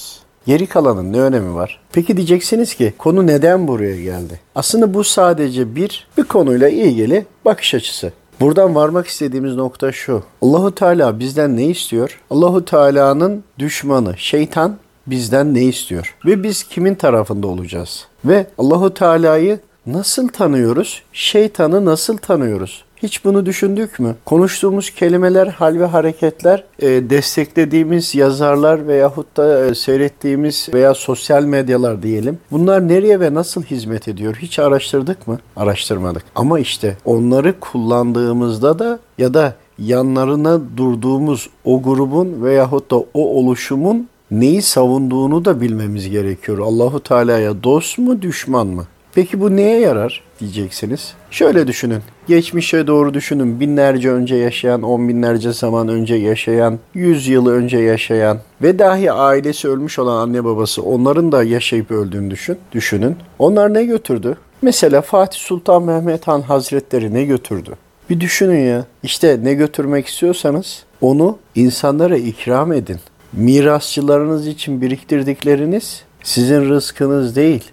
Geri kalanın ne önemi var? Peki diyeceksiniz ki konu neden buraya geldi? Aslında bu sadece bir bir konuyla ilgili bakış açısı. Buradan varmak istediğimiz nokta şu. Allahu Teala bizden ne istiyor? Allahu Teala'nın düşmanı şeytan bizden ne istiyor? Ve biz kimin tarafında olacağız? Ve Allahu Teala'yı nasıl tanıyoruz? Şeytanı nasıl tanıyoruz? Hiç bunu düşündük mü? Konuştuğumuz kelimeler, hal ve hareketler, e, desteklediğimiz yazarlar veyahut da e, seyrettiğimiz veya sosyal medyalar diyelim. Bunlar nereye ve nasıl hizmet ediyor? Hiç araştırdık mı? Araştırmadık. Ama işte onları kullandığımızda da ya da yanlarına durduğumuz o grubun veyahut da o oluşumun neyi savunduğunu da bilmemiz gerekiyor. Allahu Teala'ya dost mu, düşman mı? Peki bu neye yarar diyeceksiniz. Şöyle düşünün. Geçmişe doğru düşünün. Binlerce önce yaşayan, on binlerce zaman önce yaşayan, yüz yıl önce yaşayan ve dahi ailesi ölmüş olan anne babası onların da yaşayıp öldüğünü düşün. Düşünün. Onlar ne götürdü? Mesela Fatih Sultan Mehmet Han Hazretleri ne götürdü? Bir düşünün ya. İşte ne götürmek istiyorsanız onu insanlara ikram edin. Mirasçılarınız için biriktirdikleriniz sizin rızkınız değil.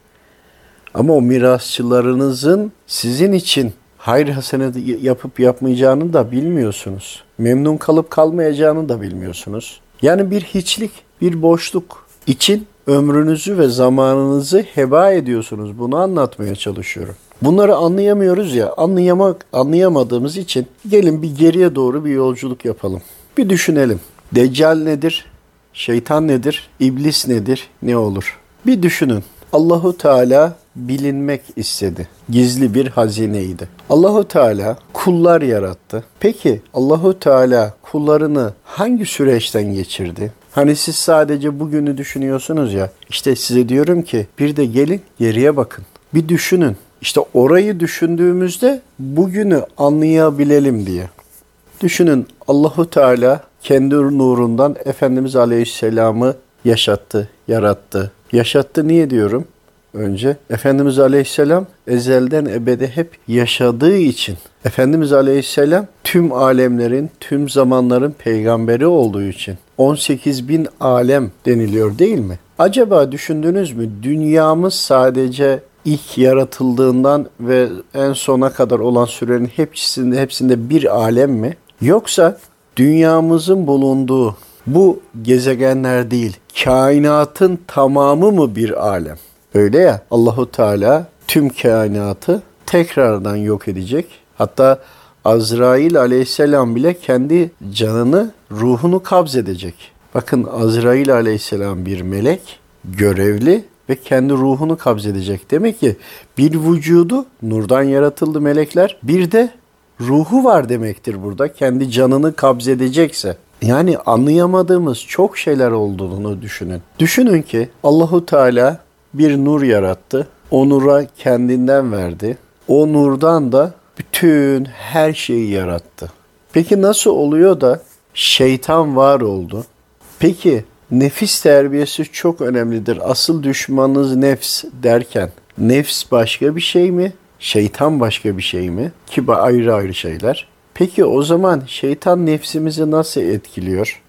Ama o mirasçılarınızın sizin için hayır hasenet yapıp yapmayacağını da bilmiyorsunuz. Memnun kalıp kalmayacağını da bilmiyorsunuz. Yani bir hiçlik, bir boşluk için ömrünüzü ve zamanınızı heba ediyorsunuz. Bunu anlatmaya çalışıyorum. Bunları anlayamıyoruz ya, anlayamak, anlayamadığımız için gelin bir geriye doğru bir yolculuk yapalım. Bir düşünelim. Deccal nedir? Şeytan nedir? İblis nedir? Ne olur? Bir düşünün. Allahu Teala bilinmek istedi. Gizli bir hazineydi. Allahu Teala kullar yarattı. Peki Allahu Teala kullarını hangi süreçten geçirdi? Hani siz sadece bugünü düşünüyorsunuz ya. İşte size diyorum ki bir de gelin geriye bakın. Bir düşünün. İşte orayı düşündüğümüzde bugünü anlayabilelim diye. Düşünün Allahu Teala kendi nurundan Efendimiz Aleyhisselam'ı yaşattı, yarattı. Yaşattı niye diyorum? Önce Efendimiz Aleyhisselam ezelden ebede hep yaşadığı için. Efendimiz Aleyhisselam tüm alemlerin, tüm zamanların peygamberi olduğu için. on sekiz bin alem deniliyor değil mi? Acaba düşündünüz mü? Dünyamız sadece ilk yaratıldığından ve en sona kadar olan sürenin hepsinde, hepsinde bir alem mi? Yoksa dünyamızın bulunduğu bu gezegenler değil, kainatın tamamı mı bir alem? Öyle ya, Allahu Teala tüm kainatı tekrardan yok edecek. Hatta Azrail Aleyhisselam bile kendi canını, ruhunu kabzedecek. Bakın Azrail Aleyhisselam bir melek, görevli ve kendi ruhunu kabzedecek. Demek ki bir vücudu nurdan yaratıldı melekler, bir de ruhu var demektir burada. Kendi canını kabzedecekse. Yani anlayamadığımız çok şeyler olduğunu düşünün. Düşünün ki Allahu Teala bir nur yarattı. O nura kendinden verdi. O nurdan da bütün her şeyi yarattı. Peki nasıl oluyor da şeytan var oldu? Peki nefis terbiyesi çok önemlidir. Asıl düşmanınız nefs derken nefs başka bir şey mi? Şeytan başka bir şey mi? Ki ayrı ayrı şeyler. Peki o zaman şeytan nefsimizi nasıl etkiliyor?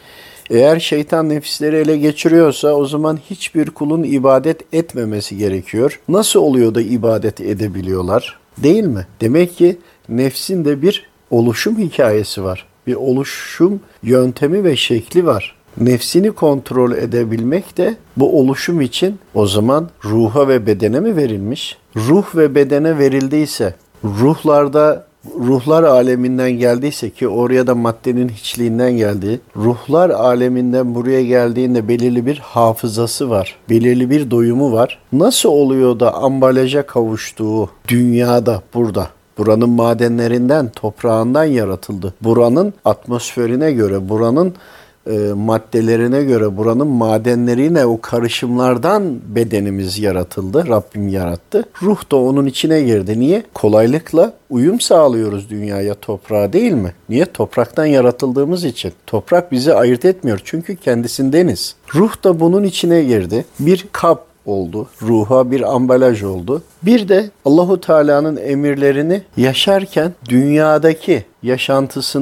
Eğer şeytan nefisleri ele geçiriyorsa o zaman hiçbir kulun ibadet etmemesi gerekiyor. Nasıl oluyor da ibadet edebiliyorlar? Değil mi? Demek ki nefsin de bir oluşum hikayesi var. Bir oluşum yöntemi ve şekli var. Nefsini kontrol edebilmek de bu oluşum için o zaman ruha ve bedene mi verilmiş? Ruh ve bedene verildiyse, ruhlarda ruhlar aleminden geldiyse ki oraya da maddenin hiçliğinden geldi. Ruhlar aleminden buraya geldiğinde belirli bir hafızası var. Belirli bir doyumu var. Nasıl oluyor da ambalaja kavuştuğu dünyada burada? Buranın madenlerinden, toprağından yaratıldı. Buranın atmosferine göre, buranın e, maddelerine göre, buranın madenlerine, o karışımlardan bedenimiz yaratıldı. Rabbim yarattı. Ruh da onun içine girdi. Niye? Kolaylıkla uyum sağlıyoruz dünyaya, toprağa değil mi? Niye? Topraktan yaratıldığımız için. Toprak bizi ayırt etmiyor çünkü kendisindeniz. Ruh da bunun içine girdi. Bir kap oldu. Ruha bir ambalaj oldu. Bir de Allahu Teala'nın emirlerini yaşarken dünyadaki yaşantısını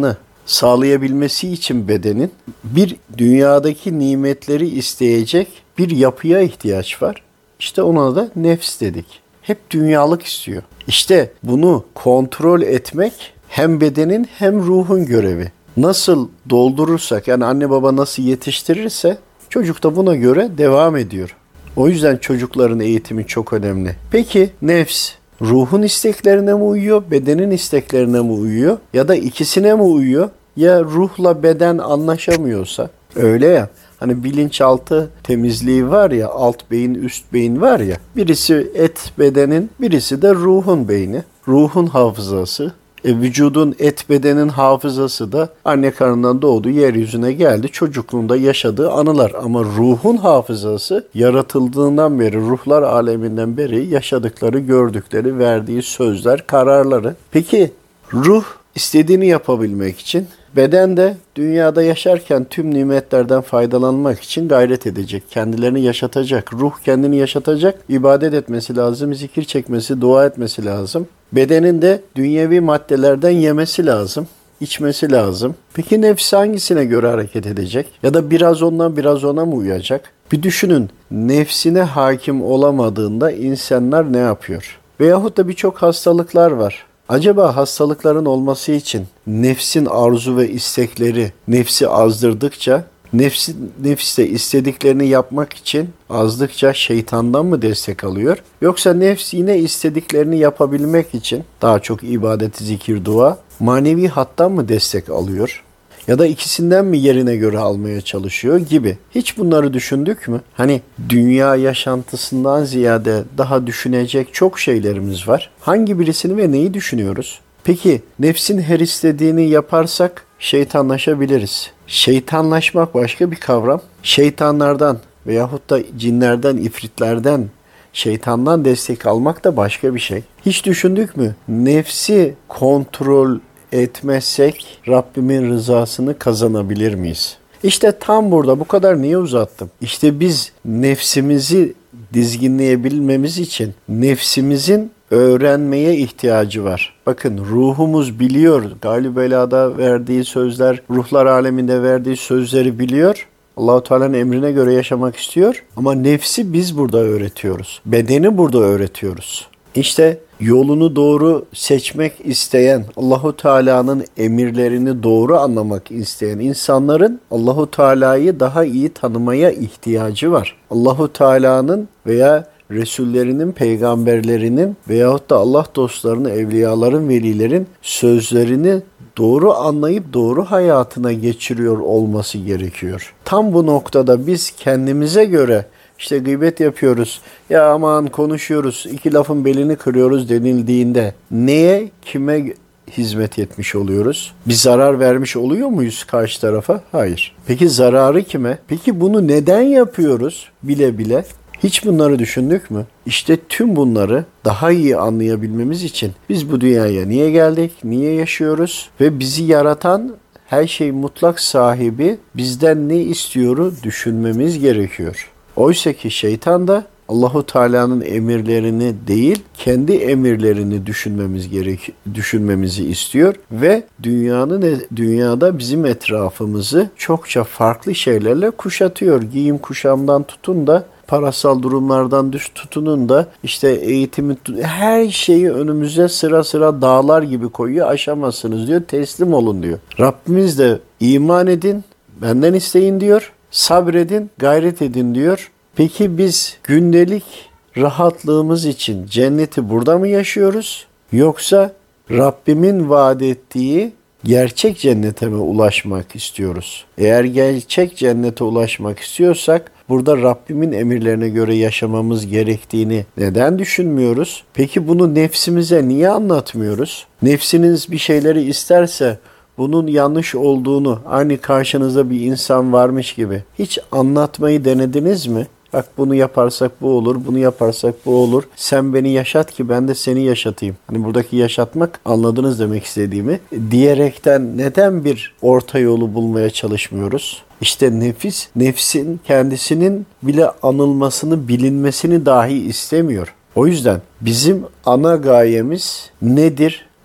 sağlayabilmesi için bedenin bir dünyadaki nimetleri isteyecek bir yapıya ihtiyaç var. İşte ona da nefs dedik. Hep dünyalık istiyor. İşte bunu kontrol etmek hem bedenin hem ruhun görevi. Nasıl doldurursak, yani anne baba nasıl yetiştirirse çocuk da buna göre devam ediyor. O yüzden çocukların eğitimi çok önemli. Peki nefs ruhun isteklerine mi uyuyor, bedenin isteklerine mi uyuyor ya da ikisine mi uyuyor? Ya ruhla beden anlaşamıyorsa, öyle ya, hani bilinçaltı temizliği var ya, alt beyin üst beyin var ya, birisi et bedenin, birisi de ruhun beyni, ruhun hafızası. E, vücudun et bedenin hafızası da anne karnından doğdu, yeryüzüne geldi, çocukluğunda yaşadığı anılar. Ama ruhun hafızası yaratıldığından beri, ruhlar aleminden beri yaşadıkları, gördükleri, verdiği sözler, kararları. Peki ruh istediğini yapabilmek için, beden de dünyada yaşarken tüm nimetlerden faydalanmak için gayret edecek. Kendilerini yaşatacak. Ruh kendini yaşatacak. İbadet etmesi lazım. Zikir çekmesi, dua etmesi lazım. Bedenin de dünyevi maddelerden yemesi lazım. İçmesi lazım. Peki nefs hangisine göre hareket edecek? Ya da biraz ondan biraz ona mı uyacak? Bir düşünün. Nefsine hakim olamadığında insanlar ne yapıyor? Veyahut da birçok hastalıklar var. Acaba hastalıkların olması için nefsin arzu ve istekleri nefsi azdırdıkça, nefsi, nefis de istediklerini yapmak için azdıkça şeytandan mı destek alıyor? Yoksa nefs yine istediklerini yapabilmek için daha çok ibadet, zikir, dua, manevi hattan mı destek alıyor? Ya da ikisinden mi yerine göre almaya çalışıyor gibi. Hiç bunları düşündük mü? Hani dünya yaşantısından ziyade daha düşünecek çok şeylerimiz var. Hangi birisini ve neyi düşünüyoruz? Peki nefsin her istediğini yaparsak şeytanlaşabiliriz. Şeytanlaşmak başka bir kavram. Şeytanlardan veyahut da cinlerden, ifritlerden, şeytandan destek almak da başka bir şey. Hiç düşündük mü? Nefsi kontrol etmezsek Rabbimin rızasını kazanabilir miyiz? İşte tam burada, bu kadar niye uzattım? İşte biz nefsimizi dizginleyebilmemiz için nefsimizin öğrenmeye ihtiyacı var. Bakın ruhumuz biliyor. Galib Ela'da verdiği sözler, ruhlar aleminde verdiği sözleri biliyor. Allah-u Teala'nın emrine göre yaşamak istiyor. Ama nefsi biz burada öğretiyoruz. Bedeni burada öğretiyoruz. İşte yolunu doğru seçmek isteyen, Allahu Teala'nın emirlerini doğru anlamak isteyen insanların Allahu Teala'yı daha iyi tanımaya ihtiyacı var. Allahu Teala'nın veya Resullerinin, peygamberlerinin veyahut da Allah dostlarının, evliyaların, velilerin sözlerini doğru anlayıp doğru hayatına geçiriyor olması gerekiyor. Tam bu noktada biz kendimize göre İşte gıybet yapıyoruz, ya aman konuşuyoruz, iki lafın belini kırıyoruz denildiğinde neye, kime hizmet etmiş oluyoruz? Bir zarar vermiş oluyor muyuz karşı tarafa? Hayır. Peki zararı kime? Peki bunu neden yapıyoruz bile bile? Hiç bunları düşündük mü? İşte tüm bunları daha iyi anlayabilmemiz için biz bu dünyaya niye geldik, niye yaşıyoruz ve bizi yaratan her şey mutlak sahibi bizden ne istiyoru düşünmemiz gerekiyor. Oysa ki şeytan da Allahu Teala'nın emirlerini değil, kendi emirlerini düşünmemiz gerek düşünmemizi istiyor ve dünyanın dünyada bizim etrafımızı çokça farklı şeylerle kuşatıyor. Giyim kuşamdan tutun da parasal durumlardan düş tutunun da işte eğitimi, her şeyi önümüze sıra sıra dağlar gibi koyuyor. Aşamazsınız diyor. Teslim olun diyor. Rabbimiz de iman edin, benden isteyin diyor. Sabredin, gayret edin diyor. Peki biz gündelik rahatlığımız için cenneti burada mı yaşıyoruz? Yoksa Rabbimin vaat ettiği gerçek cennete mi ulaşmak istiyoruz? Eğer gerçek cennete ulaşmak istiyorsak burada Rabbimin emirlerine göre yaşamamız gerektiğini neden düşünmüyoruz? Peki bunu nefsimize niye anlatmıyoruz? Nefsiniz bir şeyleri isterse bunun yanlış olduğunu, aynı karşınızda bir insan varmış gibi hiç anlatmayı denediniz mi? Bak bunu yaparsak bu olur, bunu yaparsak bu olur. Sen beni yaşat ki ben de seni yaşatayım. Hani buradaki yaşatmak, anladınız demek istediğimi. Diyerekten neden bir orta yolu bulmaya çalışmıyoruz? İşte nefis, nefsin kendisinin bile anılmasını, bilinmesini dahi istemiyor. O yüzden bizim ana gayemiz nedir?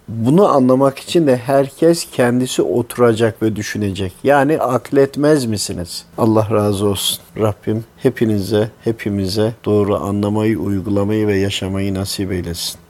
Bunu anlamak için de herkes kendisi oturacak ve düşünecek. Yani akletmez misiniz? Allah razı olsun. Rabbim hepinize, hepimize doğru anlamayı, uygulamayı ve yaşamayı nasip eylesin.